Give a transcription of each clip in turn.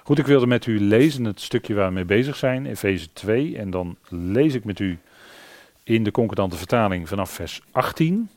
Goed, ik wilde met u lezen het stukje waar we mee bezig zijn, Efeze 2. En dan lees ik met u in de concordante vertaling vanaf vers 18.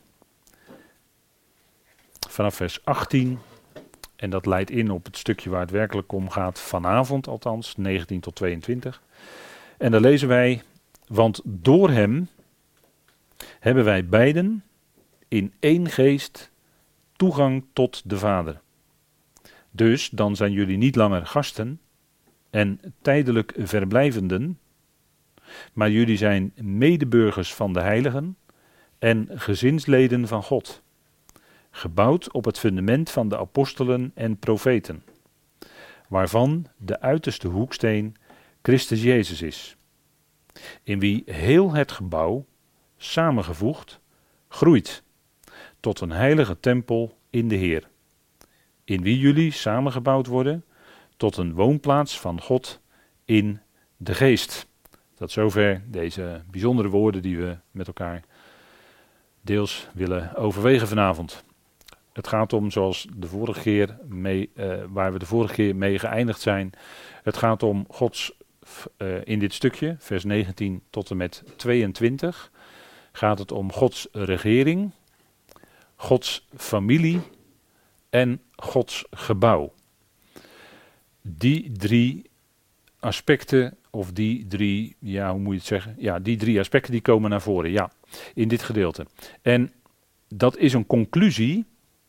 Vanaf vers 18. En dat leidt in op het stukje waar het werkelijk om gaat, vanavond althans, 19 tot 22. En dan lezen wij, want door hem hebben wij beiden in één geest toegang tot de Vader. Dus dan zijn jullie niet langer gasten en tijdelijk verblijvenden, maar jullie zijn medeburgers van de heiligen en gezinsleden van God, gebouwd op het fundament van de apostelen en profeten, waarvan de uiterste hoeksteen Christus Jezus is, in wie heel het gebouw, samengevoegd, groeit tot een heilige tempel in de Heer, in wie jullie samengebouwd worden tot een woonplaats van God in de geest. Tot zover deze bijzondere woorden die we met elkaar deels willen overwegen vanavond. Het gaat om, zoals de vorige keer waar we de vorige keer mee geëindigd zijn, het gaat om Gods, in dit stukje, vers 19 tot en met 22, gaat het om Gods regering, Gods familie en Gods gebouw. Die drie aspecten, of die drie, ja, hoe moet je het zeggen? Ja, die drie aspecten die komen naar voren, ja, in dit gedeelte. En dat is een conclusie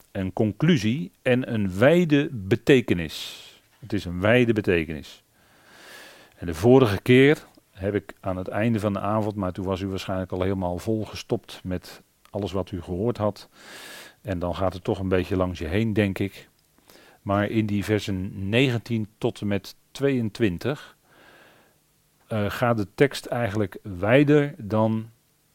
en een wijde betekenis. Het is een wijde betekenis. En de vorige keer heb ik aan het einde van de avond, maar toen was u waarschijnlijk al helemaal volgestopt met alles wat u gehoord had. En dan gaat het toch een beetje langs je heen, denk ik. Maar in die versen 19 tot en met 22 gaat de tekst eigenlijk wijder dan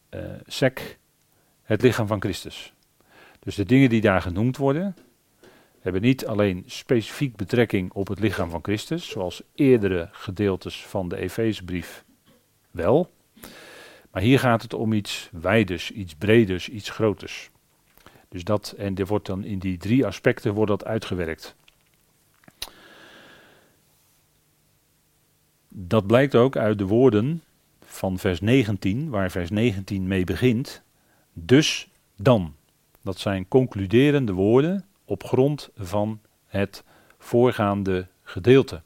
het lichaam van Christus. Dus de dingen die daar genoemd worden, hebben niet alleen specifiek betrekking op het lichaam van Christus, zoals eerdere gedeeltes van de Efezebrief wel. Maar hier gaat het om iets wijders, iets breders, iets groters. Dus dat, en er wordt dan in die drie aspecten wordt dat uitgewerkt. Dat blijkt ook uit de woorden van vers 19, waar vers 19 mee begint. Dus dan. Dat zijn concluderende woorden op grond van het voorgaande gedeelte.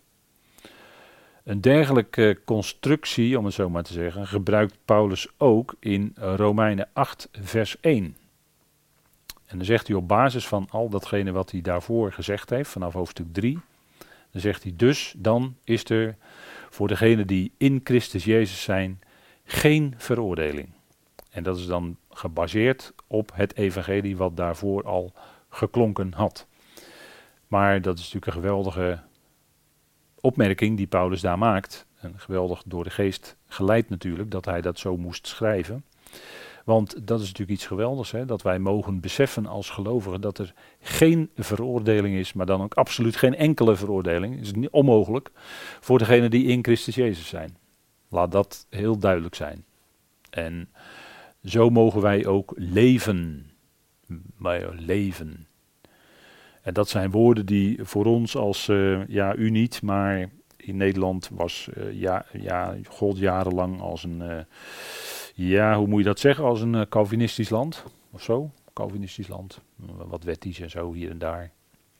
Een dergelijke constructie, om het zo maar te zeggen, gebruikt Paulus ook in Romeinen 8 vers 1. En dan zegt hij op basis van al datgene wat hij daarvoor gezegd heeft, vanaf hoofdstuk 3, dan zegt hij dus, dan is er voor degenen die in Christus Jezus zijn, geen veroordeling. En dat is dan gebaseerd op het evangelie wat daarvoor al geklonken had. Maar dat is natuurlijk een geweldige opmerking die Paulus daar maakt. En geweldig door de geest geleid natuurlijk, dat hij dat zo moest schrijven. Want dat is natuurlijk iets geweldigs, hè? Dat wij mogen beseffen als gelovigen dat er geen veroordeling is, maar dan ook absoluut geen enkele veroordeling. Het is niet onmogelijk voor degenen die in Christus Jezus zijn. Laat dat heel duidelijk zijn. En zo mogen wij ook leven. Leven. En dat zijn woorden die voor ons als, u niet, maar in Nederland was God jarenlang als een, hoe moet je dat zeggen, als een Calvinistisch land of zo. Calvinistisch land, wat wettisch en zo hier en daar.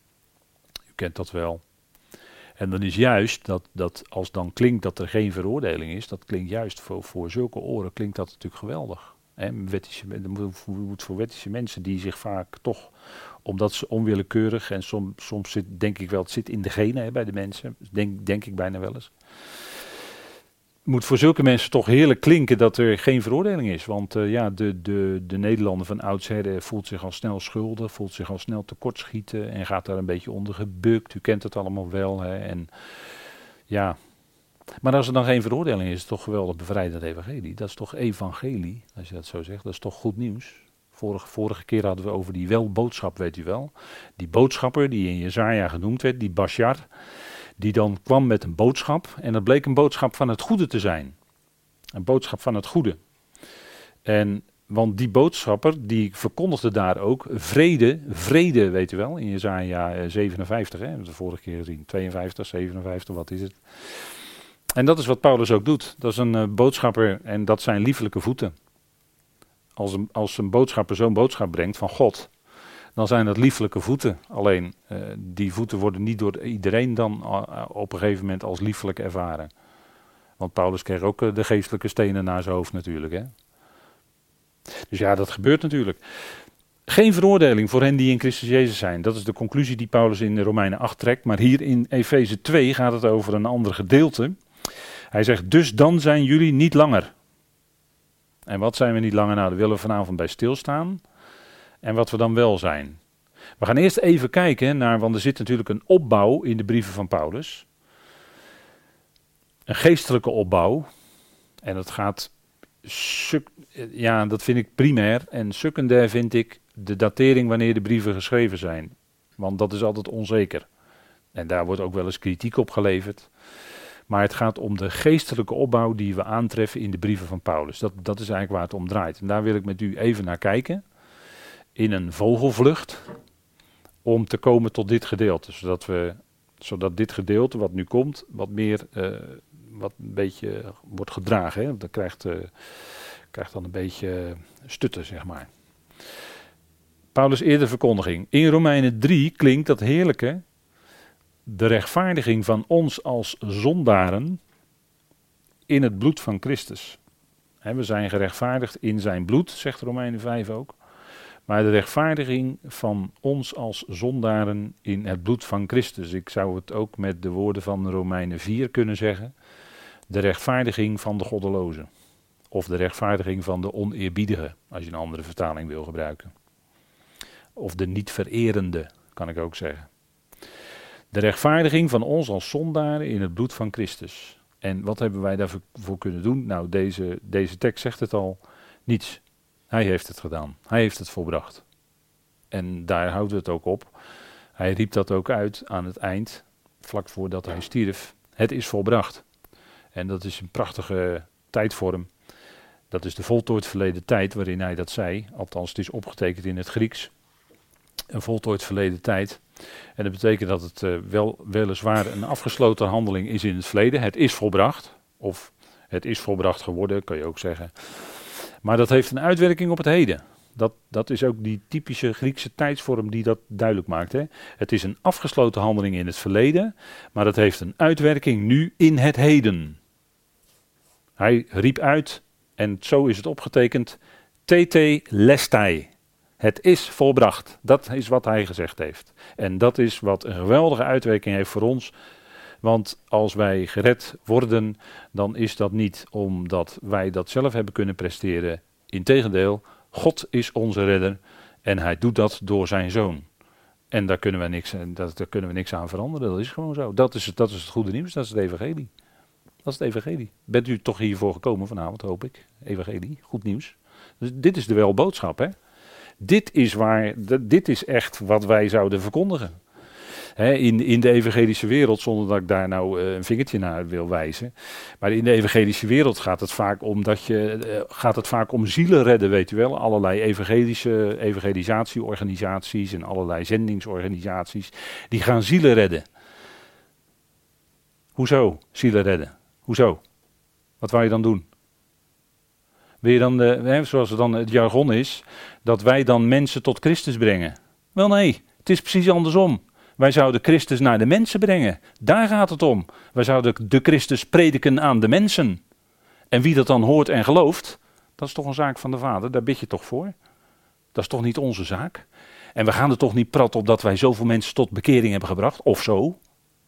U kent dat wel. En dan is juist dat als dan klinkt dat er geen veroordeling is, dat klinkt juist voor zulke oren klinkt dat natuurlijk geweldig. Voor wettische mensen die zich vaak toch, omdat ze onwillekeurig en soms denk ik wel, het zit in de genen bij de mensen, denk ik bijna wel eens. Moet voor zulke mensen toch heerlijk klinken dat er geen veroordeling is. Want de Nederlander van oudsher voelt zich al snel schuldig, voelt zich al snel tekortschieten en gaat daar een beetje onder gebukt. U kent het allemaal wel. Hè? En ja, maar als er dan geen veroordeling is, is het toch geweldig bevrijdend evangelie. Dat is toch evangelie, als je dat zo zegt. Dat is toch goed nieuws. Vorige keer hadden we over die welboodschap, weet u wel. Die boodschapper die in Jesaja genoemd werd, die Basjar, die dan kwam met een boodschap. En dat bleek een boodschap van het goede te zijn. Een boodschap van het goede. En Want die boodschapper, die verkondigde daar ook vrede, weet u wel, in Jesaja 57, hè, dat hebben we de vorige keer gezien, 52, 57, wat is het? En dat is wat Paulus ook doet. Dat is een boodschapper en dat zijn liefelijke voeten. Als een boodschapper zo'n boodschap brengt van God, dan zijn dat liefelijke voeten. Alleen, die voeten worden niet door iedereen dan op een gegeven moment als liefelijk ervaren. Want Paulus kreeg ook de geestelijke stenen naar zijn hoofd natuurlijk, hè. Dus ja, dat gebeurt natuurlijk. Geen veroordeling voor hen die in Christus Jezus zijn. Dat is de conclusie die Paulus in Romeinen 8 trekt. Maar hier in Efeze 2 gaat het over een ander gedeelte. Hij zegt, dus dan zijn jullie niet langer. En wat zijn we niet langer? Nou, daar willen we vanavond bij stilstaan. En wat we dan wel zijn. We gaan eerst even kijken naar, want er zit natuurlijk een opbouw in de brieven van Paulus. Een geestelijke opbouw. En dat gaat, ja, dat vind ik primair. En secundair vind ik de datering wanneer de brieven geschreven zijn. Want dat is altijd onzeker. En daar wordt ook wel eens kritiek op geleverd. Maar het gaat om de geestelijke opbouw die we aantreffen in de brieven van Paulus. Dat is eigenlijk waar het om draait. En daar wil ik met u even naar kijken. In een vogelvlucht. Om te komen tot dit gedeelte. Zodat dit gedeelte wat nu komt wat meer, wat een beetje wordt gedragen. Hè? Dat krijgt dan een beetje stutten, zeg maar. Paulus' eerder verkondiging. In Romeinen 3 klinkt dat heerlijke. De rechtvaardiging van ons als zondaren in het bloed van Christus. We zijn gerechtvaardigd in zijn bloed, zegt Romeinen 5 ook. Maar de rechtvaardiging van ons als zondaren in het bloed van Christus. Ik zou het ook met de woorden van Romeinen 4 kunnen zeggen. De rechtvaardiging van de goddeloze. Of de rechtvaardiging van de oneerbiedige, als je een andere vertaling wil gebruiken. Of de niet vererende, kan ik ook zeggen. De rechtvaardiging van ons als zondaren in het bloed van Christus. En wat hebben wij daarvoor kunnen doen? Nou, deze tekst zegt het al, niets. Hij heeft het gedaan. Hij heeft het volbracht. En daar houdt het ook op. Hij riep dat ook uit aan het eind, vlak voordat hij stierf. Het is volbracht. En dat is een prachtige tijdvorm. Dat is de voltooid verleden tijd waarin hij dat zei. Althans, het is opgetekend in het Grieks. Een voltooid verleden tijd. En dat betekent dat het weliswaar een afgesloten handeling is in het verleden. Het is volbracht. Of het is volbracht geworden, kan je ook zeggen. Maar dat heeft een uitwerking op het heden. Dat is ook die typische Griekse tijdsvorm die dat duidelijk maakt. Hè? Het is een afgesloten handeling in het verleden. Maar dat heeft een uitwerking nu in het heden. Hij riep uit, en zo is het opgetekend, tete lestai. Het is volbracht. Dat is wat hij gezegd heeft. En dat is wat een geweldige uitwerking heeft voor ons. Want als wij gered worden, dan is dat niet omdat wij dat zelf hebben kunnen presteren. Integendeel, God is onze redder en hij doet dat door zijn zoon. En daar kunnen we niks aan veranderen, dat is gewoon zo. Dat is het goede nieuws, dat is het evangelie. Dat is het evangelie. Bent u toch hiervoor gekomen vanavond, hoop ik. Evangelie, goed nieuws. Dus dit is de welboodschap, hè. Dit is echt wat wij zouden verkondigen. In de evangelische wereld, zonder dat ik daar nou een vingertje naar wil wijzen. Maar in de evangelische wereld gaat het vaak om zielen redden, weet u wel. Allerlei evangelisatieorganisaties en allerlei zendingsorganisaties. Die gaan zielen redden. Hoezo zielen redden? Hoezo? Wat wou je dan doen? Wil je dan, zoals het dan het jargon is, dat wij dan mensen tot Christus brengen? Wel nee, het is precies andersom. Wij zouden Christus naar de mensen brengen. Daar gaat het om. Wij zouden de Christus prediken aan de mensen. En wie dat dan hoort en gelooft, dat is toch een zaak van de Vader. Daar bid je toch voor? Dat is toch niet onze zaak? En we gaan er toch niet prat op dat wij zoveel mensen tot bekering hebben gebracht? Of zo?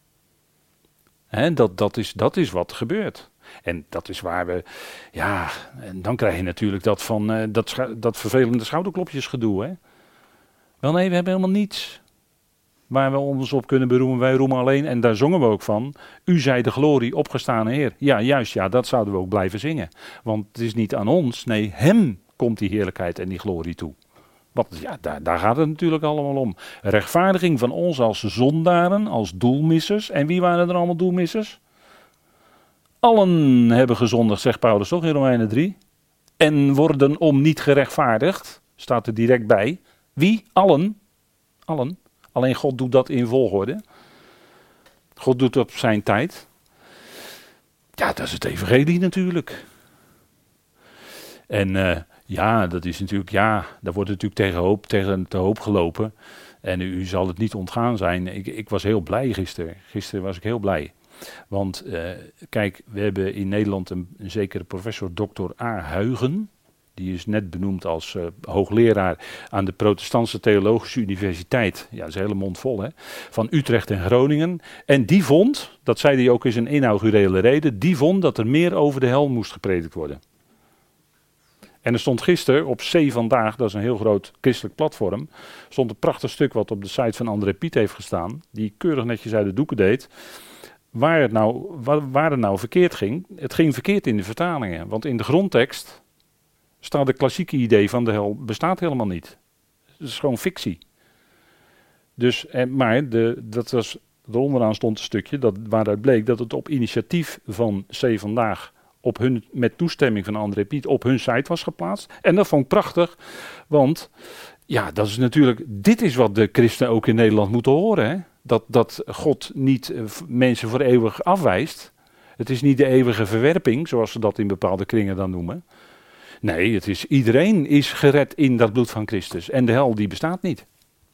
Dat is wat er gebeurt. En dat is waar we, ja, en dan krijg je natuurlijk dat van dat vervelende schouderklopjesgedoe, hè. Wel nee, we hebben helemaal niets waar we ons op kunnen beroemen. Wij roemen alleen, en daar zongen we ook van, u zij de glorie, opgestane Heer. Ja, juist, ja, dat zouden we ook blijven zingen. Want het is niet aan ons, nee, hem komt die heerlijkheid en die glorie toe. Want ja, daar gaat het natuurlijk allemaal om. Rechtvaardiging van ons als zondaren, als doelmissers. En wie waren er allemaal doelmissers? Allen hebben gezondigd, zegt Paulus toch in Romeinen 3. en worden om niet gerechtvaardigd. Staat er direct bij. Wie? Allen. Allen. Alleen God doet dat in volgorde. God doet dat op zijn tijd. Ja, dat is het evangelie natuurlijk. En ja, dat is natuurlijk, ja, daar wordt natuurlijk tegen de hoop gelopen. En u zal het niet ontgaan zijn. Ik was heel blij gisteren. Gisteren was ik heel blij. Want kijk, we hebben in Nederland een zekere professor Dr. A. Huygen. Die is net benoemd als hoogleraar aan de Protestantse Theologische Universiteit. Ja, dat is een hele mond vol, hè. Van Utrecht en Groningen. En die vond, dat zei hij ook in zijn inaugurele reden, die vond dat er meer over de hel moest gepredikt worden. En er stond gisteren op C Vandaag, dat is een heel groot christelijk platform, stond een prachtig stuk wat op de site van André Piet heeft gestaan, die keurig netjes uit de doeken deed, waar het nou verkeerd ging. Het ging verkeerd in de vertalingen, want in de grondtekst staat de klassieke idee van de hel bestaat helemaal niet. Het is gewoon fictie. Dus, maar dat was, onderaan stond een stukje waaruit bleek dat het op initiatief van C Vandaag met toestemming van André Piet op hun site was geplaatst. En dat vond ik prachtig, want ja, dat is natuurlijk, dit is wat de christenen ook in Nederland moeten horen. Hè? Dat God niet mensen voor eeuwig afwijst. Het is niet de eeuwige verwerping, zoals ze dat in bepaalde kringen dan noemen. Nee, iedereen is gered in dat bloed van Christus. En de hel die bestaat niet.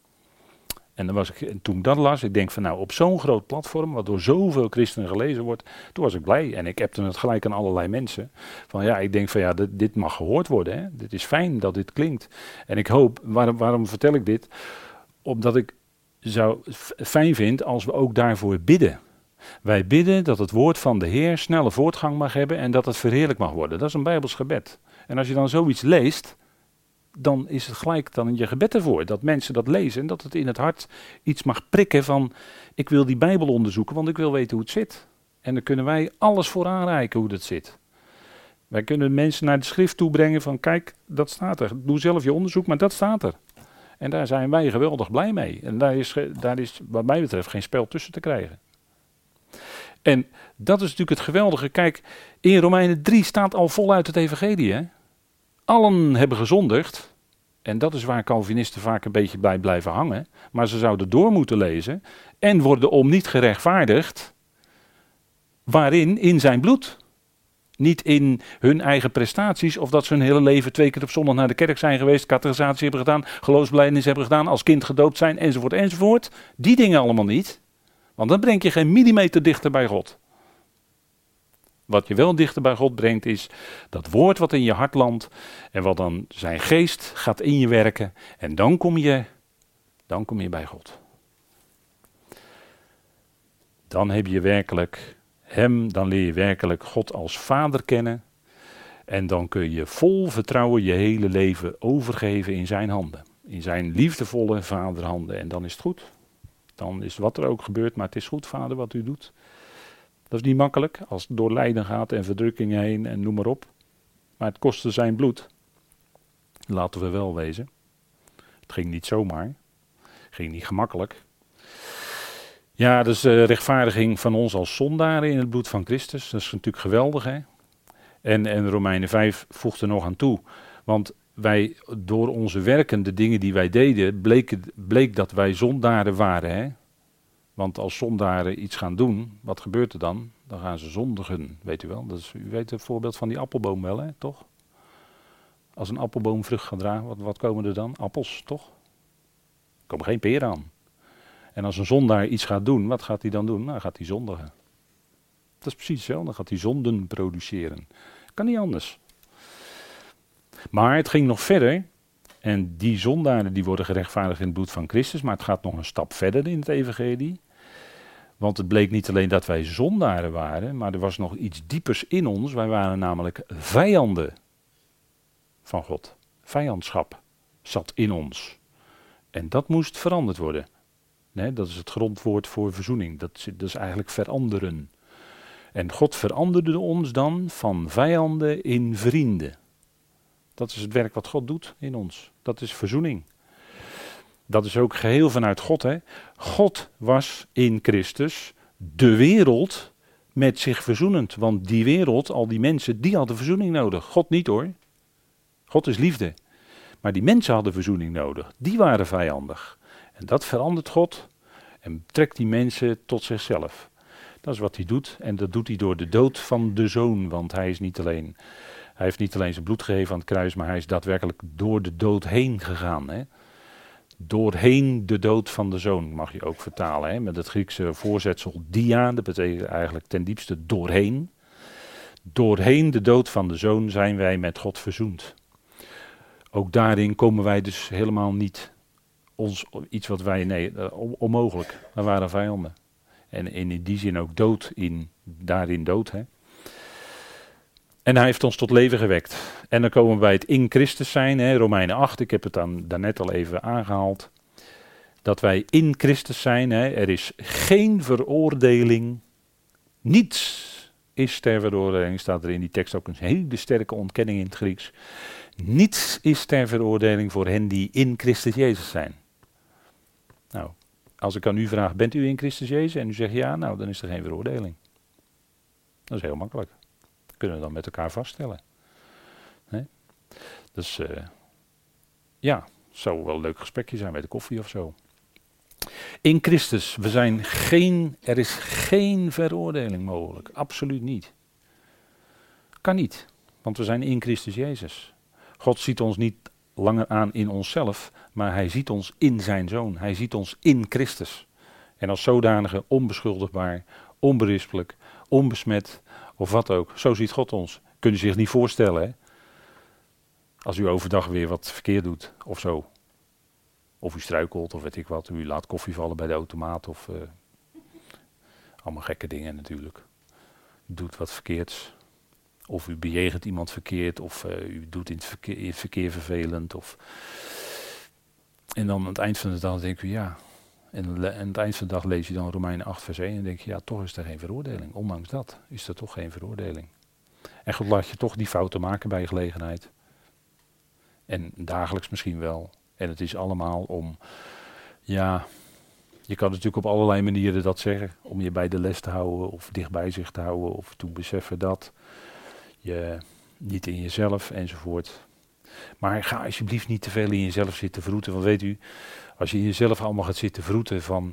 En toen ik dat las, ik denk van nou, op zo'n groot platform, wat door zoveel christenen gelezen wordt, toen was ik blij. En ik appte het gelijk aan allerlei mensen. Van ja, ik denk van ja, dit mag gehoord worden. Hè? Dit is fijn dat dit klinkt. En ik hoop, waarom vertel ik dit? Omdat ik fijn vind als we ook daarvoor bidden. Wij bidden dat het woord van de Heer snelle voortgang mag hebben en dat het verheerlijk mag worden. Dat is een Bijbels gebed. En als je dan zoiets leest, dan is het gelijk dan je gebed ervoor. Dat mensen dat lezen en dat het in het hart iets mag prikken van, ik wil die Bijbel onderzoeken, want ik wil weten hoe het zit. En dan kunnen wij alles voor aanreiken hoe dat zit. Wij kunnen mensen naar de schrift toe brengen van, kijk, dat staat er. Doe zelf je onderzoek, maar dat staat er. En daar zijn wij geweldig blij mee. En daar is wat mij betreft geen spel tussen te krijgen. En dat is natuurlijk het geweldige. Kijk, in Romeinen 3 staat al voluit het evangelie, hè? Allen hebben gezondigd. En dat is waar Calvinisten vaak een beetje bij blijven hangen. Maar ze zouden door moeten lezen. En worden om niet gerechtvaardigd. Waarin? In zijn bloed. Niet in hun eigen prestaties. Of dat ze hun hele leven 2 keer op zondag naar de kerk zijn geweest. Catechisatie hebben gedaan. Geloofsbelijdenis hebben gedaan. Als kind gedoopt zijn. Enzovoort enzovoort. Die dingen allemaal niet. Want dan breng je geen millimeter dichter bij God. Wat je wel dichter bij God brengt is dat woord wat in je hart landt en wat dan zijn geest gaat in je werken en dan kom je bij God. Dan heb je werkelijk dan leer je werkelijk God als Vader kennen en dan kun je vol vertrouwen je hele leven overgeven in zijn handen. In zijn liefdevolle vaderhanden en dan is het goed. Dan is wat er ook gebeurt, maar het is goed, Vader, wat u doet. Dat is niet makkelijk, als het door lijden gaat en verdrukkingen heen en noem maar op. Maar het kostte zijn bloed. Laten we wel wezen. Het ging niet zomaar. Het ging niet gemakkelijk. Ja, dat is de rechtvaardiging van ons als zondaren in het bloed van Christus. Dat is natuurlijk geweldig, hè. En Romeinen 5 voegt er nog aan toe. Want wij, door onze werken, de dingen die wij deden, bleek dat wij zondaren waren, hè. Want als zondaren iets gaan doen, wat gebeurt er dan? Dan gaan ze zondigen, weet u wel. U weet het voorbeeld van die appelboom wel, hè, toch? Als een appelboom vrucht gaat dragen, wat komen er dan? Appels, toch? Er komen geen peren aan. En als een zondaar iets gaat doen, wat gaat hij dan doen? Nou, dan gaat hij zondigen. Dat is precies hetzelfde, dan gaat hij zonden produceren. Kan niet anders. Maar het ging nog verder. En die zondaren die worden gerechtvaardigd in het bloed van Christus. Maar het gaat nog een stap verder in het evangelie. Want het bleek niet alleen dat wij zondaren waren, maar er was nog iets diepers in ons. Wij waren namelijk vijanden van God. Vijandschap zat in ons. En dat moest veranderd worden. Nee, dat is het grondwoord voor verzoening. Dat is eigenlijk veranderen. En God veranderde ons dan van vijanden in vrienden. Dat is het werk wat God doet in ons. Dat is verzoening. Dat is ook geheel vanuit God, hè. God was in Christus de wereld met zich verzoenend. Want die wereld, al die mensen, die hadden verzoening nodig. God niet hoor. God is liefde. Maar die mensen hadden verzoening nodig. Die waren vijandig. En dat verandert God en trekt die mensen tot zichzelf. Dat is wat hij doet. En dat doet hij door de dood van de Zoon. Want hij heeft niet alleen zijn bloed gegeven aan het kruis, maar hij is daadwerkelijk door de dood heen gegaan. Hè? Doorheen de dood van de Zoon mag je ook vertalen. Hè? Met het Griekse voorzetsel dia, dat betekent eigenlijk ten diepste doorheen. Doorheen de dood van de Zoon zijn wij met God verzoend. Ook daarin komen wij dus helemaal niet iets wat wij, onmogelijk. We waren vijanden. En in die zin ook dood, daarin dood. Hè? En hij heeft ons tot leven gewekt. En dan komen we bij het in Christus zijn, hè, Romeinen 8, ik heb het daarnet al even aangehaald. Dat wij in Christus zijn, hè, er is geen veroordeling, niets is ter veroordeling, staat er in die tekst ook een hele sterke ontkenning in het Grieks. Niets is ter veroordeling voor hen die in Christus Jezus zijn. Nou, als ik aan u vraag, bent u in Christus Jezus? En u zegt ja, nou dan is er geen veroordeling. Dat is heel makkelijk. Dat kunnen we dan met elkaar vaststellen. Nee? Dus zou wel een leuk gesprekje zijn met de koffie of zo. In Christus, er is geen veroordeling mogelijk. Absoluut niet. Kan niet, want we zijn in Christus Jezus. God ziet ons niet langer aan in onszelf, maar hij ziet ons in zijn Zoon. Hij ziet ons in Christus. En als zodanige onbeschuldigbaar, onberispelijk, onbesmet of wat ook. Zo ziet God ons. Kun je zich niet voorstellen, hè? Als u overdag weer wat verkeerd doet of zo. Of u struikelt of weet ik wat. U laat koffie vallen bij de automaat of allemaal gekke dingen natuurlijk. U doet wat verkeerds. Of u bejegent iemand verkeerd, of u doet in het verkeer vervelend. En dan aan het eind van de dag denkt u ja. En aan het eind van de dag lees je dan Romeinen 8 vers 1 en denk je ja, toch is er geen veroordeling. Ondanks dat is er toch geen veroordeling. En God laat je toch die fouten maken bij gelegenheid. En dagelijks misschien wel. En het is allemaal om, ja, je kan natuurlijk op allerlei manieren dat zeggen. Om je bij de les te houden, of dicht bij zich te houden, of te beseffen dat. Je niet in jezelf enzovoort. Maar ga alsjeblieft niet te veel in jezelf zitten vroeten. Want weet u, als je in jezelf allemaal gaat zitten vroeten van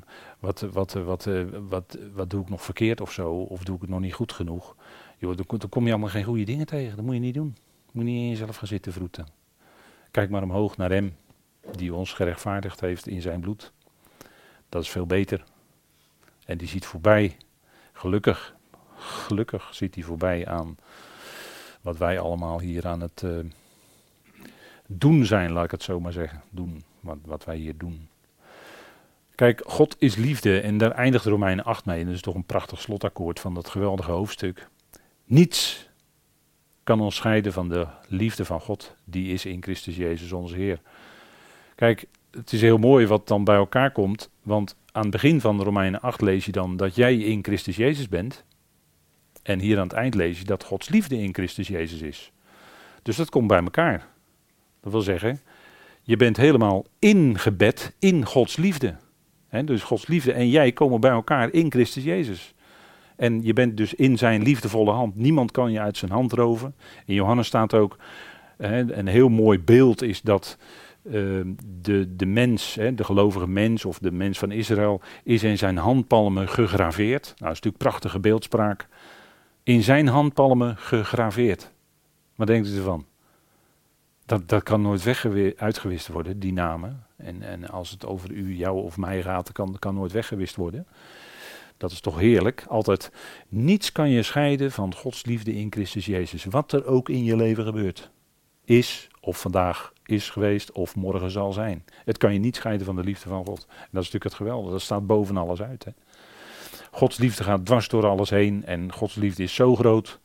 wat doe ik nog verkeerd of zo. Of doe ik het nog niet goed genoeg. Joh, dan kom je allemaal geen goede dingen tegen. Dat moet je niet doen. Je moet niet in jezelf gaan zitten vroeten. Kijk maar omhoog naar hem. Die ons gerechtvaardigd heeft in zijn bloed. Dat is veel beter. En die ziet voorbij. Gelukkig ziet hij voorbij aan wat wij allemaal hier aan het doen zijn, laat ik het zo maar zeggen. Doen, wat wij hier doen. Kijk, God is liefde en daar eindigt Romeinen 8 mee. En dat is toch een prachtig slotakkoord van dat geweldige hoofdstuk. Niets kan ons scheiden van de liefde van God, die is in Christus Jezus onze Heer. Kijk, het is heel mooi wat dan bij elkaar komt, want aan het begin van Romeinen 8 lees je dan dat jij in Christus Jezus bent. En hier aan het eind lees je dat Gods liefde in Christus Jezus is. Dus dat komt bij elkaar. Dat wil zeggen, je bent helemaal ingebed in Gods liefde. Dus Gods liefde en jij komen bij elkaar in Christus Jezus. En je bent dus in zijn liefdevolle hand. Niemand kan je uit zijn hand roven. In Johannes staat ook, een heel mooi beeld is dat de mens, de gelovige mens of de mens van Israël, is in zijn handpalmen gegraveerd. Nou, dat is natuurlijk prachtige beeldspraak. In zijn handpalmen gegraveerd. Wat denkt u ervan? Dat kan nooit uitgewist worden, die namen. En als het over u, jou of mij gaat, kan nooit weggewist worden. Dat is toch heerlijk. Altijd, niets kan je scheiden van Gods liefde in Christus Jezus. Wat er ook in je leven gebeurt. Is, of vandaag is geweest, of morgen zal zijn. Het kan je niet scheiden van de liefde van God. En dat is natuurlijk het geweldige. Dat staat boven alles uit. Hè. Gods liefde gaat dwars door alles heen. En Gods liefde is zo groot.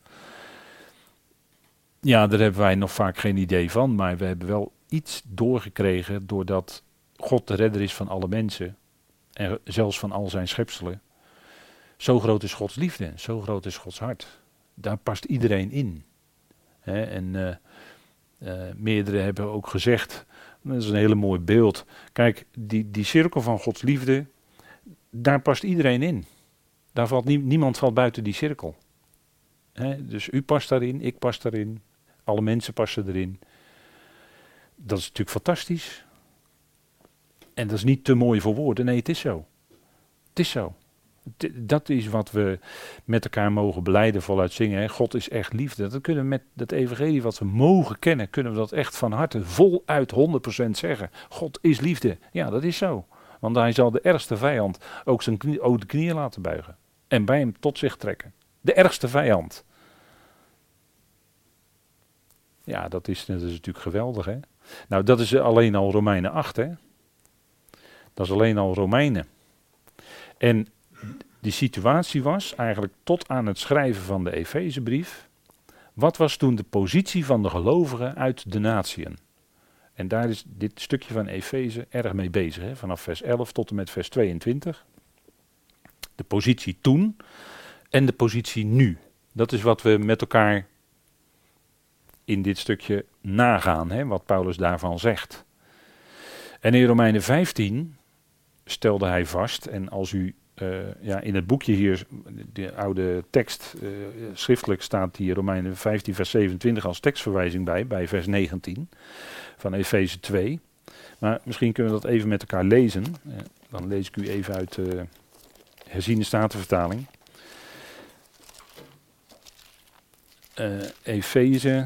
Ja, daar hebben wij nog vaak geen idee van. Maar we hebben wel iets doorgekregen doordat God de redder is van alle mensen. En zelfs van al zijn schepselen. Zo groot is Gods liefde. Zo groot is Gods hart. Daar past iedereen in. Meerdere hebben ook gezegd. Dat is een hele mooi beeld. Kijk, die cirkel van Gods liefde. Daar past iedereen in. Daar valt niemand valt buiten die cirkel. Dus u past daarin, ik pas daarin. Alle mensen passen erin. Dat is natuurlijk fantastisch. En dat is niet te mooi voor woorden. Nee, het is zo. Het is zo. Dat is wat we met elkaar mogen belijden, voluit zingen. Hè. God is echt liefde. Dat kunnen we met dat evangelie wat we mogen kennen, kunnen we dat echt van harte voluit 100% zeggen. God is liefde. Ja, dat is zo. Want hij zal de ergste vijand ook de knieën laten buigen. En bij hem tot zich trekken. De ergste vijand. Ja, dat is natuurlijk geweldig, hè. Nou, dat is alleen al Romeinen 8, hè. Dat is alleen al Romeinen. En die situatie was eigenlijk tot aan het schrijven van de Efezebrief. Wat was toen de positie van de gelovigen uit de natieën? En daar is dit stukje van Efeze erg mee bezig, hè? Vanaf vers 11 tot en met vers 22. De positie toen en de positie nu. Dat is wat we met elkaar in dit stukje nagaan, hè? Wat Paulus daarvan zegt. En in Romeinen 15 stelde hij vast, en als u in het boekje hier, de oude tekst, schriftelijk staat hier Romeinen 15 vers 27 als tekstverwijzing bij vers 19 van Efeze 2. Maar misschien kunnen we dat even met elkaar lezen. Dan lees ik u even uit de herziene statenvertaling. Efeze.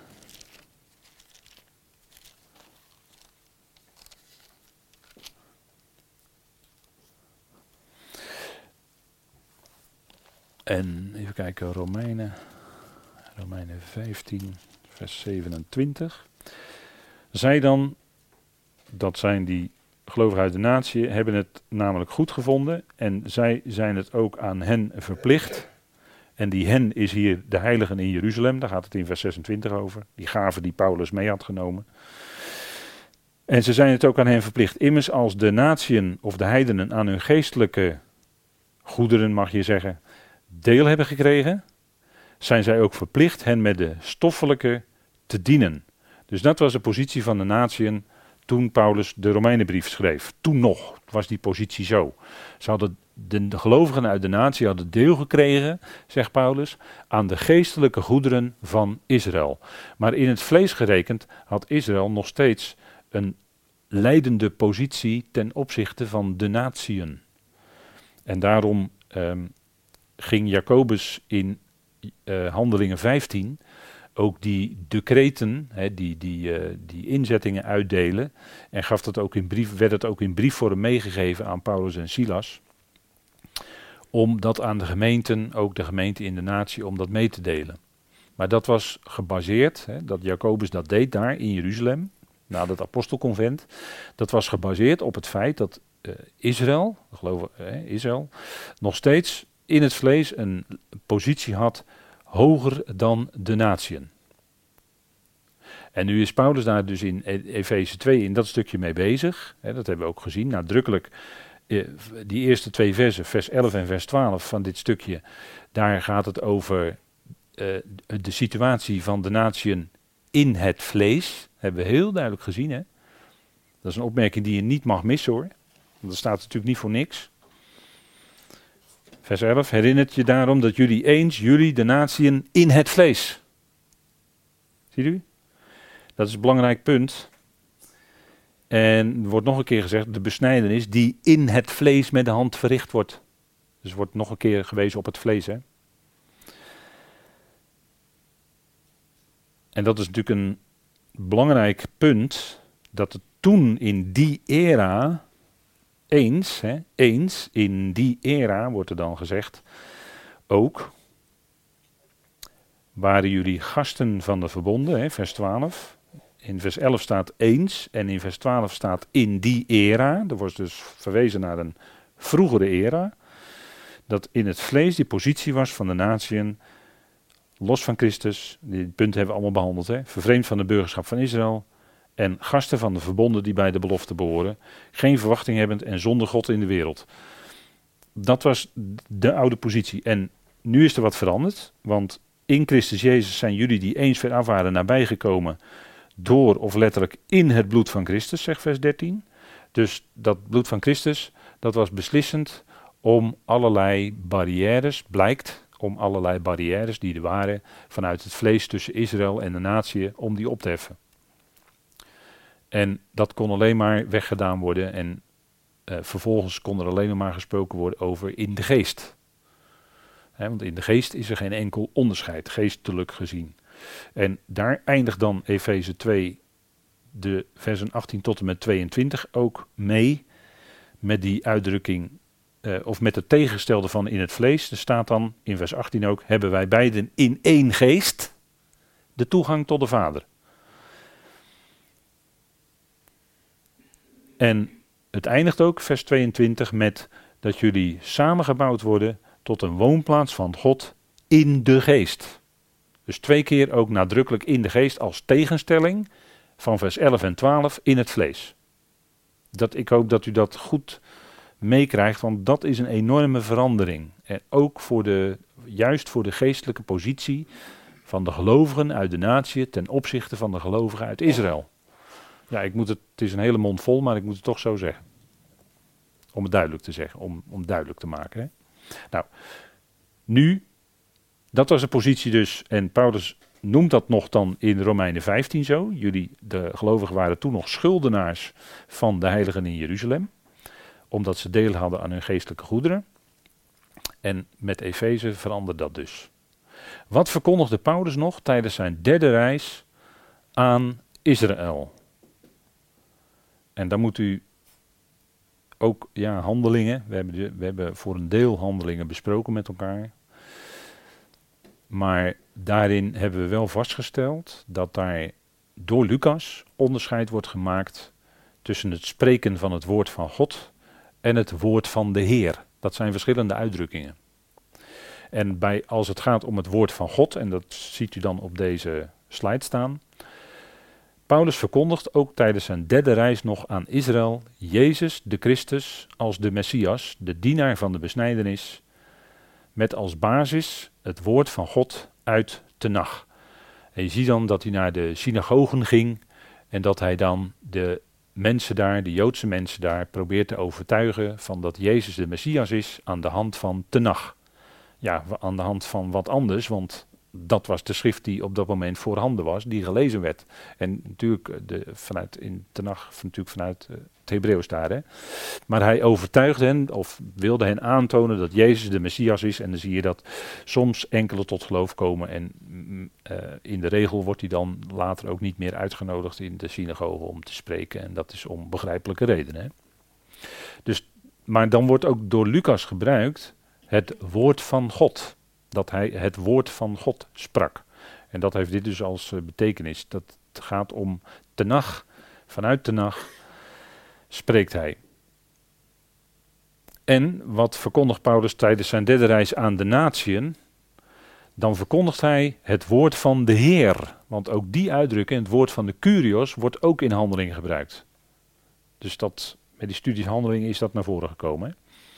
En even kijken, Romeinen 15, vers 27. Zij dan, dat zijn die gelovigen uit de natie, hebben het namelijk goed gevonden en zij zijn het ook aan hen verplicht. En die hen is hier de heiligen in Jeruzalem, daar gaat het in vers 26 over. Die gave die Paulus mee had genomen. En ze zijn het ook aan hen verplicht. Immers als de natieën of de heidenen aan hun geestelijke goederen, mag je zeggen, deel hebben gekregen, zijn zij ook verplicht hen met de stoffelijke te dienen. Dus dat was de positie van de natieën toen Paulus de Romeinenbrief schreef. Toen nog was die positie zo. Ze hadden de gelovigen uit de natie hadden deel gekregen, zegt Paulus, aan de geestelijke goederen van Israël. Maar in het vlees gerekend had Israël nog steeds een leidende positie ten opzichte van de natieën. En daarom ging Jacobus in Handelingen 15 ook die decreten, die inzettingen uitdelen. En werd het ook in briefvorm meegegeven aan Paulus en Silas. Om dat aan de gemeenten, ook de gemeente in de natie, om dat mee te delen. Maar dat was gebaseerd, dat Jacobus dat deed daar in Jeruzalem, na het apostelconvent. Dat was gebaseerd op het feit dat Israël nog steeds in het vlees een positie had hoger dan de natieën. En nu is Paulus daar dus in Efeze 2 in dat stukje mee bezig. Dat hebben we ook gezien, nadrukkelijk. Die eerste twee versen, vers 11 en vers 12 van dit stukje, daar gaat het over de situatie van de natieën in het vlees. Dat hebben we heel duidelijk gezien. Hè? Dat is een opmerking die je niet mag missen, hoor. Want dat staat natuurlijk niet voor niks. Vers 11, herinnert je daarom dat jullie de natieën in het vlees. Ziet u? Dat is een belangrijk punt. En er wordt nog een keer gezegd, de besnijdenis die in het vlees met de hand verricht wordt. Dus wordt nog een keer gewezen op het vlees. Hè? En dat is natuurlijk een belangrijk punt, dat het toen in die era, eens in die era wordt er dan gezegd, ook waren jullie gasten van de verbonden, vers 12. In vers 11 staat eens en in vers 12 staat in die era. Er wordt dus verwezen naar een vroegere era. Dat in het vlees die positie was van de natieën, los van Christus. Dit punt hebben we allemaal behandeld. Hè? Vervreemd van de burgerschap van Israël. En gasten van de verbonden die bij de belofte behoren. Geen verwachting hebbend en zonder God in de wereld. Dat was de oude positie. En nu is er wat veranderd. Want in Christus Jezus zijn jullie die eens veraf waren nabijgekomen door of letterlijk in het bloed van Christus, zegt vers 13. Dus dat bloed van Christus, dat was beslissend om allerlei barrières, om allerlei barrières die er waren vanuit het vlees tussen Israël en de natie, om die op te heffen. En dat kon alleen maar weggedaan worden en vervolgens kon er alleen maar gesproken worden over in de geest. Want in de geest is er geen enkel onderscheid, geestelijk gezien. En daar eindigt dan Efeze 2, de versen 18 tot en met 22 ook mee, met die uitdrukking, of met het tegengestelde van in het vlees. Er staat dan in vers 18 ook, hebben wij beiden in één geest de toegang tot de Vader. En het eindigt ook, vers 22, met dat jullie samengebouwd worden tot een woonplaats van God in de geest. Dus 2 keer ook nadrukkelijk in de geest als tegenstelling van vers 11 en 12 in het vlees. Ik hoop dat u dat goed meekrijgt, want dat is een enorme verandering. En ook juist voor de geestelijke positie van de gelovigen uit de natie ten opzichte van de gelovigen uit Israël. Ja, het is een hele mond vol, maar ik moet het toch zo zeggen. Om het duidelijk te zeggen, om duidelijk te maken. Hè? Nou, nu, dat was de positie dus, en Paulus noemt dat nog dan in Romeinen 15 zo. Jullie, de gelovigen, waren toen nog schuldenaars van de heiligen in Jeruzalem, omdat ze deel hadden aan hun geestelijke goederen. En met Efeze veranderde dat dus. Wat verkondigde Paulus nog tijdens zijn 3e reis aan Israël? En dan moet u ook, handelingen. We hebben voor een deel handelingen besproken met elkaar. Maar daarin hebben we wel vastgesteld dat daar door Lucas onderscheid wordt gemaakt tussen het spreken van het woord van God en het woord van de Heer. Dat zijn verschillende uitdrukkingen. En als het gaat om het woord van God, en dat ziet u dan op deze slide staan. Paulus verkondigt ook tijdens zijn 3e reis nog aan Israël Jezus de Christus als de Messias, de dienaar van de besnijdenis, met als basis het woord van God uit Tenach. En je ziet dan dat hij naar de synagogen ging en dat hij dan de mensen daar, de Joodse mensen daar, probeert te overtuigen van dat Jezus de Messias is aan de hand van Tenach. Ja, aan de hand van wat anders, want dat was de schrift die op dat moment voorhanden was, die gelezen werd. En natuurlijk vanuit het Hebreeuws daar. Hè. Maar hij overtuigde hen, of wilde hen aantonen dat Jezus de Messias is. En dan zie je dat soms enkele tot geloof komen. En in de regel wordt hij dan later ook niet meer uitgenodigd in de synagoge om te spreken. En dat is om begrijpelijke redenen. Hè. Dus, maar dan wordt ook door Lucas gebruikt het woord van God. Dat hij het woord van God sprak. En dat heeft dit dus als betekenis. Dat het gaat om Tenach. Vanuit Tenach spreekt hij. En wat verkondigt Paulus tijdens zijn 3e reis aan de natieën? Dan verkondigt hij het woord van de Heer. Want ook die uitdrukking, het woord van de Kyrios, wordt ook in Handelingen gebruikt. Dus met die studies Handelingen is dat naar voren gekomen. Hè?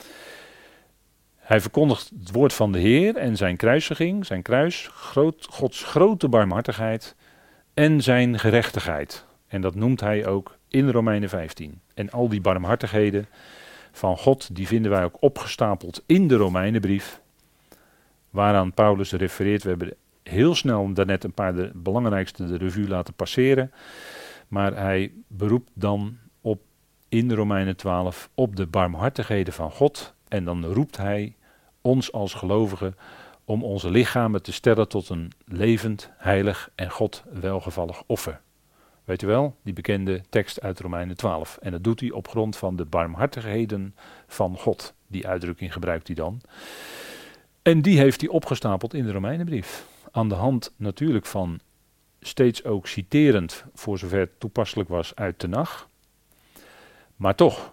Hij verkondigt het woord van de Heer en zijn kruisiging, zijn kruis, Gods grote barmhartigheid en zijn gerechtigheid. En dat noemt hij ook in Romeinen 15. En al die barmhartigheden van God, die vinden wij ook opgestapeld in de Romeinenbrief, waaraan Paulus refereert. We hebben heel snel daarnet een paar de belangrijkste de revue laten passeren. Maar hij beroept dan in de Romeinen 12 op de barmhartigheden van God. En dan roept hij ons als gelovigen om onze lichamen te stellen tot een levend, heilig en God welgevallig offer. Weet u wel, die bekende tekst uit Romeinen 12. En dat doet hij op grond van de barmhartigheden van God. Die uitdrukking gebruikt hij dan. En die heeft hij opgestapeld in de Romeinenbrief. Aan de hand natuurlijk van, steeds ook citerend, voor zover het toepasselijk was, uit Tenach. Maar toch.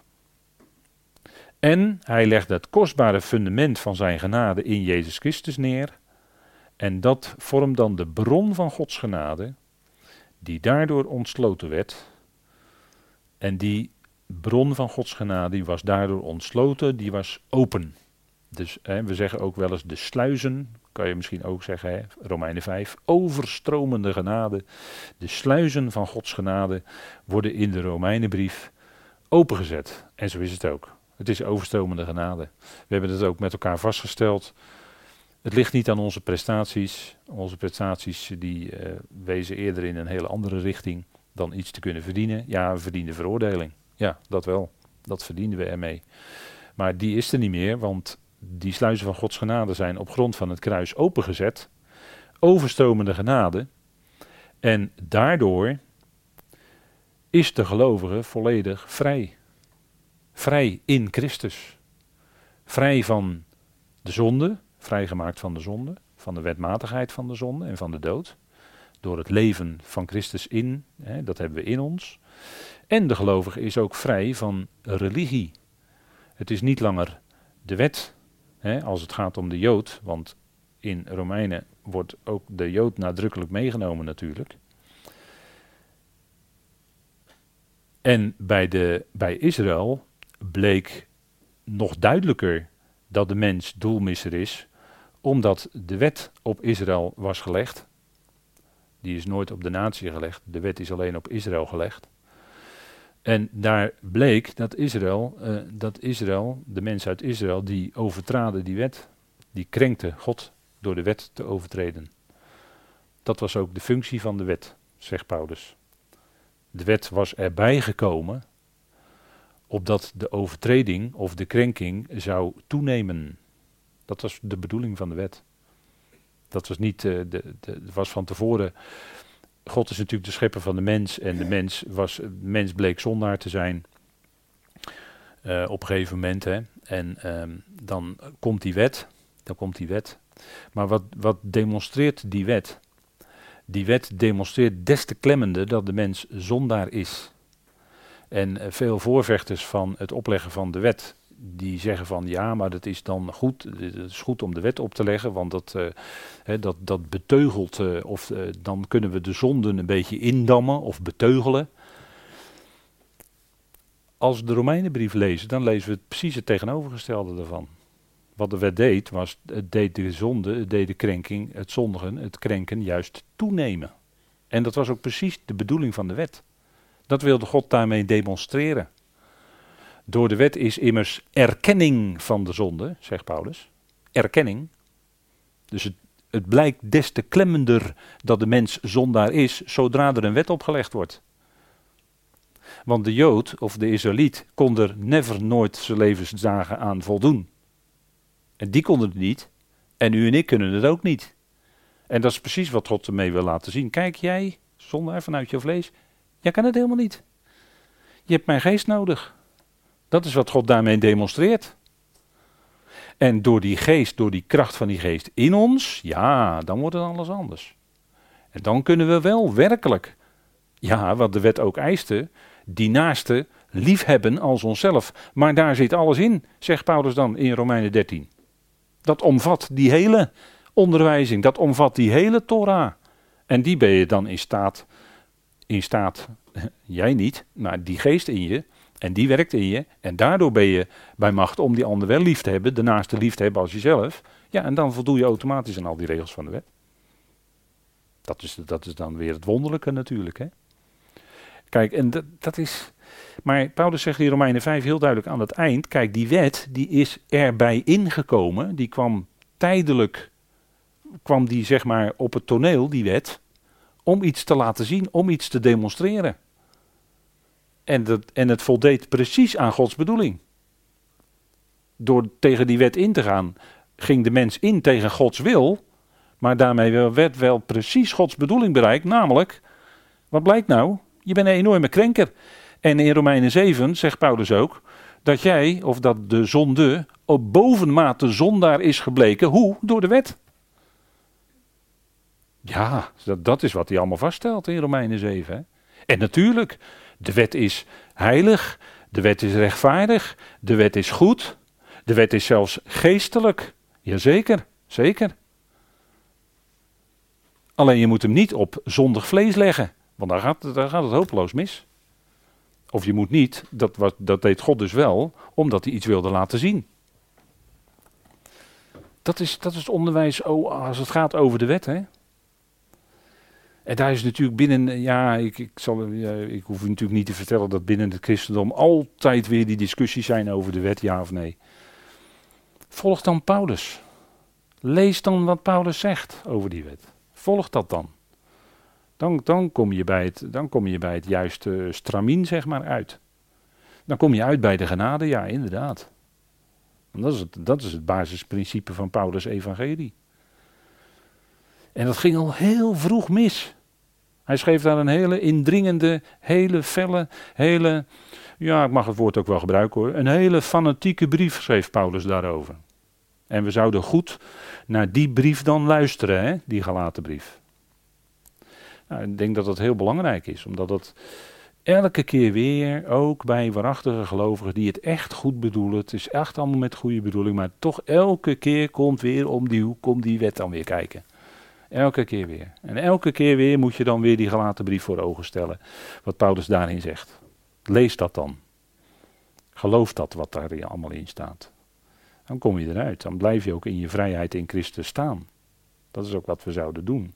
En hij legt het kostbare fundament van zijn genade in Jezus Christus neer. En dat vormt dan de bron van Gods genade, die daardoor ontsloten werd. En die bron van Gods genade, die was daardoor ontsloten, die was open. Dus we zeggen ook wel eens de sluizen, kan je misschien ook zeggen, Romeinen 5, overstromende genade. De sluizen van Gods genade worden in de Romeinenbrief opengezet. En zo is het ook. Het is overstromende genade. We hebben het ook met elkaar vastgesteld. Het ligt niet aan onze prestaties. Onze prestaties die wezen eerder in een hele andere richting. dan iets te kunnen verdienen. Ja, we verdienen veroordeling. Ja, dat wel. Dat verdienen we ermee. Maar die is er niet meer, want die sluizen van Gods genade zijn op grond van het kruis opengezet. Overstromende genade. En daardoor is de gelovige volledig vrij. Vrij in Christus. Vrij van de zonde, vrijgemaakt van de zonde, van de wetmatigheid van de zonde en van de dood. Door het leven van Christus in, dat hebben we in ons. En de gelovige is ook vrij van religie. Het is niet langer de wet, als het gaat om de Jood, want in Romeinen wordt ook de Jood nadrukkelijk meegenomen natuurlijk. En bij Israël bleek nog duidelijker dat de mens doelmisser is, omdat de wet op Israël was gelegd. Die is nooit op de natie gelegd, de wet is alleen op Israël gelegd. En daar bleek dat Israël, de mensen uit Israël, die overtraden die wet, die krenkte God door de wet te overtreden. Dat was ook de functie van de wet, zegt Paulus. De wet was erbij gekomen, opdat de overtreding of de krenking zou toenemen. Dat was de bedoeling van de wet. Dat was niet, was van tevoren. God is natuurlijk de schepper van de mens en de mens bleek zondaar te zijn op een gegeven moment. En dan komt die wet. Maar wat demonstreert die wet? Die wet demonstreert des te klemmender dat de mens zondaar is. En veel voorvechters van het opleggen van de wet, die zeggen van ja, maar dat is dan goed, het is goed om de wet op te leggen, want dat beteugelt, dan kunnen we de zonden een beetje indammen of beteugelen. Als we de Romeinenbrief lezen, dan lezen we precies het tegenovergestelde daarvan. Wat de wet deed, het deed de zonde, het deed de krenking, het zondigen, het krenken juist toenemen. En dat was ook precies de bedoeling van de wet. Dat wilde God daarmee demonstreren. Door de wet is immers erkenning van de zonde, zegt Paulus. Erkenning. Dus het blijkt des te klemmender dat de mens zondaar is, zodra er een wet opgelegd wordt. Want de Jood of de Israëliet kon er nooit zijn levensdagen aan voldoen. En die konden het niet. En u en ik kunnen het ook niet. En dat is precies wat God ermee wil laten zien. Kijk jij, zondaar vanuit je vlees, jij kan het helemaal niet. Je hebt mijn geest nodig. Dat is wat God daarmee demonstreert. En door die geest, door die kracht van die geest in ons, ja, dan wordt het alles anders. En dan kunnen we wel werkelijk, ja, wat de wet ook eiste, die naaste liefhebben als onszelf. Maar daar zit alles in, zegt Paulus dan in Romeinen 13. Dat omvat die hele onderwijzing, dat omvat die hele Torah. En die ben je dan in staat, jij niet, maar die geest in je, en die werkt in je, en daardoor ben je bij macht om die ander wel lief te hebben, de naaste lief te hebben als jezelf. Ja, en dan voldoe je automatisch aan al die regels van de wet. Dat is dan weer het wonderlijke natuurlijk, hè. Kijk, en dat is... Maar Paulus zegt in Romeinen 5 heel duidelijk aan het eind, kijk, die wet, die is erbij ingekomen, die kwam tijdelijk, zeg maar op het toneel, die wet, om iets te laten zien, om iets te demonstreren. En het voldeed precies aan Gods bedoeling. Door tegen die wet in te gaan, ging de mens in tegen Gods wil, maar daarmee werd wel precies Gods bedoeling bereikt, namelijk, wat blijkt nou? Je bent een enorme krenker. En in Romeinen 7 zegt Paulus ook, dat jij, of dat de zonde, op bovenmate zondaar is gebleken. Hoe? Door de wet. Ja, dat is wat hij allemaal vaststelt in Romeinen 7. Hè? En natuurlijk, de wet is heilig, de wet is rechtvaardig, de wet is goed, de wet is zelfs geestelijk. Jazeker, zeker. Alleen je moet hem niet op zondig vlees leggen, want daar gaat het hopeloos mis. Of je moet niet, dat deed God dus wel, omdat hij iets wilde laten zien. Dat is het onderwijs als het gaat over de wet, hè. En daar is natuurlijk binnen, ja, ik hoef u natuurlijk niet te vertellen dat binnen het christendom altijd weer die discussies zijn over de wet, ja of nee. Volg dan Paulus. Lees dan wat Paulus zegt over die wet. Volg dat dan. Dan kom je bij het juiste stramien, zeg maar, uit. Dan kom je uit bij de genade, ja, inderdaad. En dat is het basisprincipe van Paulus' evangelie. En dat ging al heel vroeg mis. Hij schreef daar een hele indringende, hele felle, ja, ik mag het woord ook wel gebruiken hoor, een hele fanatieke brief schreef Paulus daarover. En we zouden goed naar die brief dan luisteren, hè, die Galatenbrief. Nou, ik denk dat dat heel belangrijk is, omdat het elke keer weer, ook bij waarachtige gelovigen die het echt goed bedoelen, het is echt allemaal met goede bedoeling, maar toch elke keer komt weer om die hoek, komt die wet dan weer kijken. Elke keer weer. En elke keer weer moet je dan weer die Galatenbrief voor ogen stellen, wat Paulus daarin zegt. Lees dat dan. Geloof dat wat daar allemaal in staat. Dan kom je eruit, dan blijf je ook in je vrijheid in Christus staan. Dat is ook wat we zouden doen.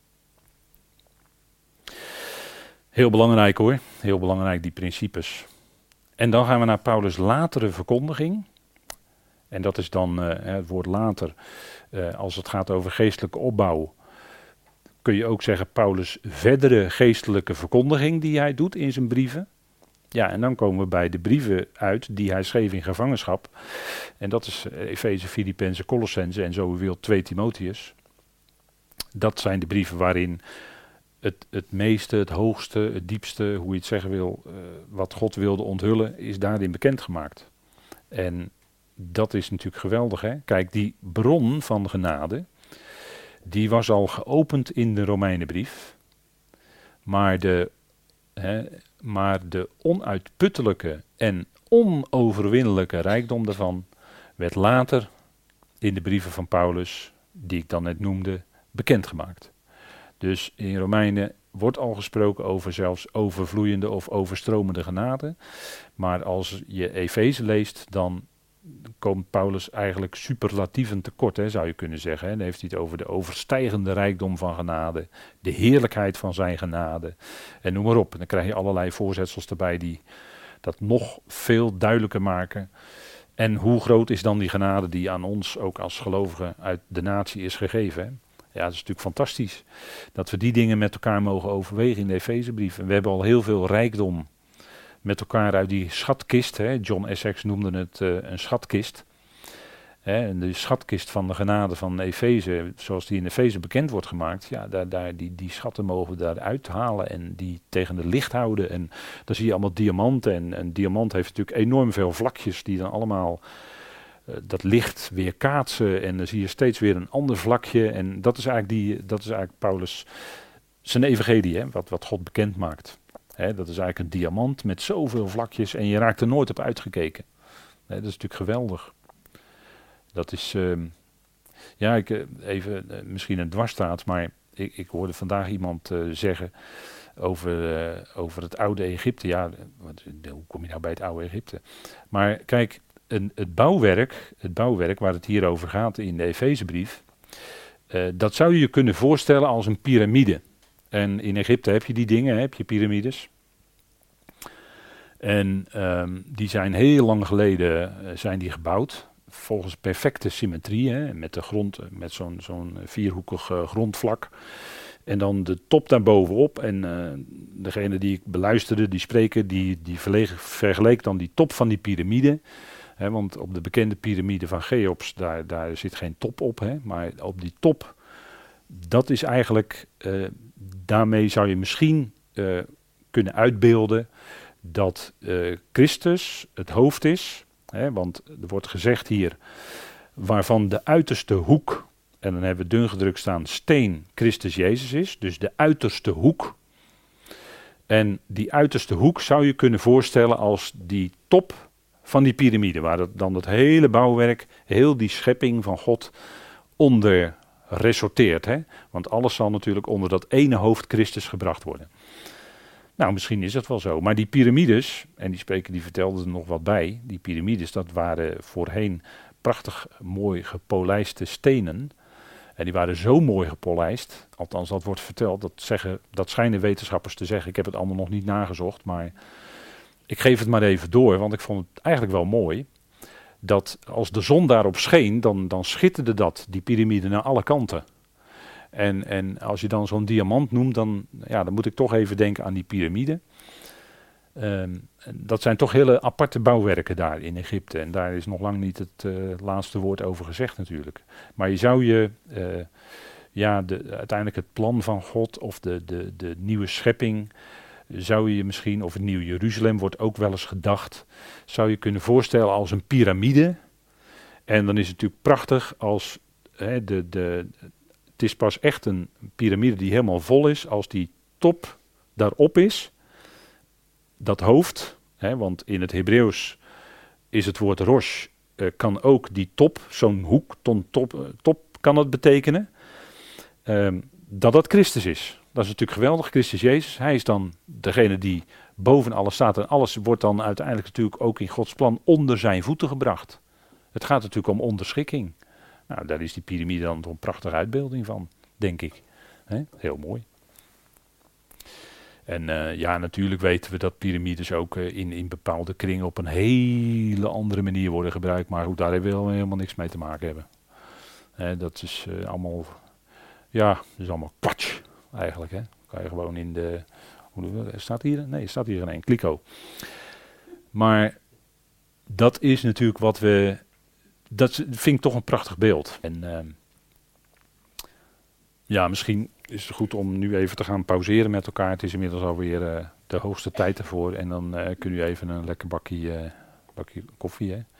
Heel belangrijk hoor, heel belangrijk die principes. En dan gaan we naar Paulus' latere verkondiging. En dat is dan het woord later, als het gaat over geestelijke opbouw, kun je ook zeggen Paulus' verdere geestelijke verkondiging die hij doet in zijn brieven. Ja, en dan komen we bij de brieven uit die hij schreef in gevangenschap. En dat is Efeze, Filippenzen, Colossenzen en zo u wilt 2 Timotheus. Dat zijn de brieven waarin het meeste, het hoogste, het diepste, hoe je het zeggen wil, wat God wilde onthullen, is daarin bekendgemaakt. En dat is natuurlijk geweldig, hè? Kijk, die bron van genade, die was al geopend in de Romeinenbrief. Maar de onuitputtelijke en onoverwinnelijke rijkdom daarvan werd later in de brieven van Paulus, die ik dan net noemde, bekendgemaakt. Dus in Romeinen wordt al gesproken over zelfs overvloeiende of overstromende genade. Maar als je Efeze leest, dan komt Paulus eigenlijk superlatieven tekort, zou je kunnen zeggen. Dan heeft hij het over de overstijgende rijkdom van genade, de heerlijkheid van zijn genade en noem maar op. En dan krijg je allerlei voorzetsels erbij die dat nog veel duidelijker maken. En hoe groot is dan die genade die aan ons ook als gelovigen uit de natie is gegeven, hè? Ja, dat is natuurlijk fantastisch dat we die dingen met elkaar mogen overwegen in de Efezebrief. En we hebben al heel veel rijkdom met elkaar uit die schatkist. Hè. John Essex noemde het een schatkist. Hè, en de schatkist van de genade van Efeze, zoals die in Efeze bekend wordt gemaakt. Ja, die schatten mogen we daaruit halen en die tegen het licht houden. En dan zie je allemaal diamanten. En een diamant heeft natuurlijk enorm veel vlakjes die dan allemaal dat licht weer kaatsen. En dan zie je steeds weer een ander vlakje. En dat is eigenlijk Paulus zijn evangelie, hè, wat God bekend maakt. Dat is eigenlijk een diamant met zoveel vlakjes en je raakt er nooit op uitgekeken. Dat is natuurlijk geweldig. Dat is, misschien een dwarsstraat, maar ik hoorde vandaag iemand zeggen over het oude Egypte. Ja, hoe kom je nou bij het oude Egypte? Maar kijk, het bouwwerk waar het hier over gaat in de Efezebrief, dat zou je je kunnen voorstellen als een piramide. En in Egypte heb je die dingen, heb je piramides. En die zijn heel lang geleden zijn die gebouwd. Volgens perfecte symmetrie, hè, met de grond, met zo'n vierhoekig grondvlak. En dan de top daarbovenop. En degene die ik beluisterde, die spreker, die vergeleek dan die top van die piramide. Hè, want op de bekende piramide van Cheops, daar zit geen top op. Hè, maar op die top, dat is eigenlijk, daarmee zou je misschien kunnen uitbeelden dat Christus het hoofd is. Hè, want er wordt gezegd hier, waarvan de uiterste hoek, en dan hebben we dun gedrukt staan, steen Christus Jezus is. Dus de uiterste hoek. En die uiterste hoek zou je kunnen voorstellen als die top van die piramide. Waar dan het hele bouwwerk, heel die schepping van God onder resorteert. Hè? Want alles zal natuurlijk onder dat ene hoofd Christus gebracht worden. Nou, misschien is dat wel zo. Maar die piramides, en die spreker die vertelde er nog wat bij. Die piramides, dat waren voorheen prachtig mooi gepolijste stenen. En die waren zo mooi gepolijst, althans dat wordt verteld, dat schijnen wetenschappers te zeggen. Ik heb het allemaal nog niet nagezocht, maar ik geef het maar even door, want ik vond het eigenlijk wel mooi. Dat als de zon daarop scheen, dan schitterde die piramide naar alle kanten. En als je dan zo'n diamant noemt, dan moet ik toch even denken aan die piramide. Dat zijn toch hele aparte bouwwerken daar in Egypte. En daar is nog lang niet het laatste woord over gezegd natuurlijk. Maar je zou uiteindelijk het plan van God of de nieuwe schepping, zou je misschien, of het nieuwe Jeruzalem wordt ook wel eens gedacht, zou je kunnen voorstellen als een piramide. En dan is het natuurlijk prachtig als het is pas echt een piramide die helemaal vol is als die top daarop is. Dat hoofd, want in het Hebreeuws is het woord rosh, kan ook die top, zo'n hoek, top kan het betekenen. Dat Christus is. Dat is natuurlijk geweldig, Christus Jezus. Hij is dan degene die boven alles staat en alles wordt dan uiteindelijk natuurlijk ook in Gods plan onder zijn voeten gebracht. Het gaat natuurlijk om onderschikking. Nou, daar is die piramide dan een prachtige uitbeelding van, denk ik. Heel mooi. En natuurlijk weten we dat piramides ook in bepaalde kringen op een hele andere manier worden gebruikt. Maar goed, daar hebben we helemaal niks mee te maken hebben. Dat is allemaal, dat is allemaal kwatsch eigenlijk. Kan je gewoon in de, staat hier? Nee, staat hier geen kliko. Maar dat is natuurlijk wat we, dat vind ik toch een prachtig beeld. En misschien is het goed om nu even te gaan pauzeren met elkaar. Het is inmiddels alweer de hoogste tijd ervoor. En dan kun je even een lekker bakje koffie.